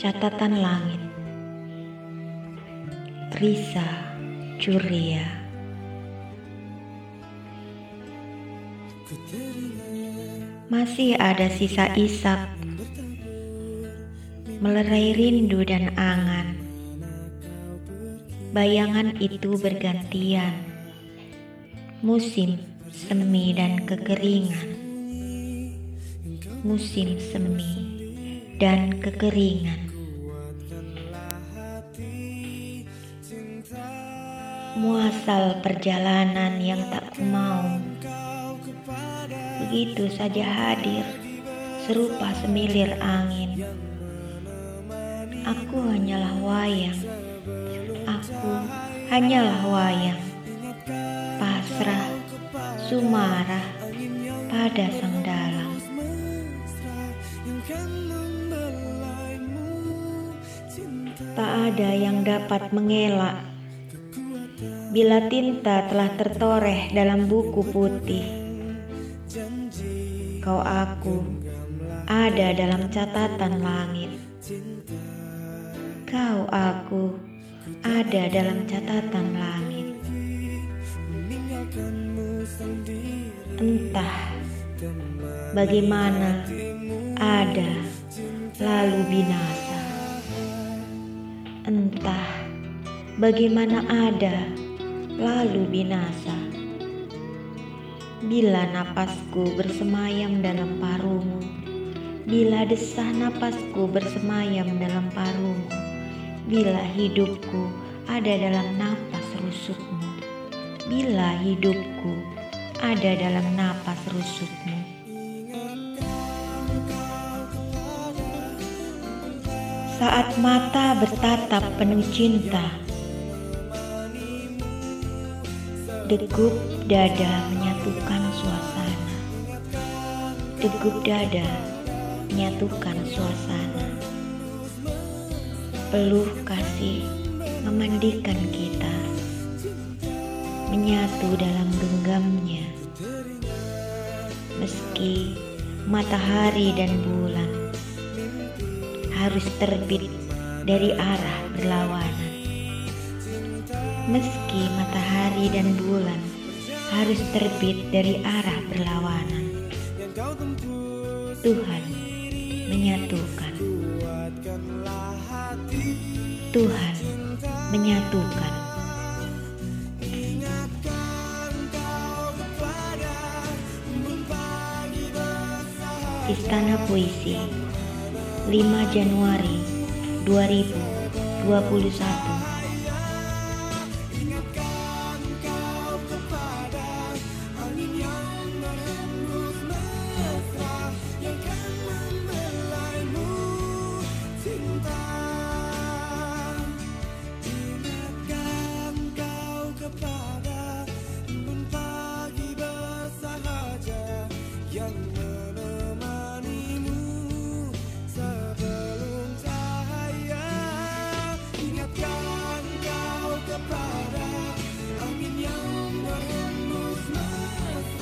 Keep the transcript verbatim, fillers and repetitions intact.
Catatan Langit, Risa Curia. Masih ada sisa isak, melerai rindu dan angan. Bayangan itu bergantian, musim semi dan kekeringan. Musim semi dan kekeringan. Muasal perjalanan yang tak kumau, begitu saja hadir, serupa semilir angin. Aku hanyalah wayang, aku hanyalah wayang, pasrah, sumarah pada sang dalang. Tak ada yang dapat mengelak bila tinta telah tertoreh dalam buku putih. Kau aku ada dalam catatan langit. Kau aku ada dalam catatan langit. Entah bagaimana ada lalu binasa. Entah bagaimana ada lalu binasa. Bila napasku bersemayam dalam parumu, bila desah napasku bersemayam dalam parumu, bila hidupku ada dalam napas rusukmu, bila hidupku ada dalam napas rusukmu. Saat mata bertatap penuh cinta, degup dada menyatukan suasana. Degup dada menyatukan suasana. Peluh kasih memandikan kita, menyatu dalam genggamnya. Meski matahari dan bulan harus terbit dari arah berlawanan. Meski matahari dan bulan harus terbit dari arah berlawanan, Tuhan menyatukan. Tuhan menyatukan. Istana Puisi, lima Januari dua ribu dua puluh satu.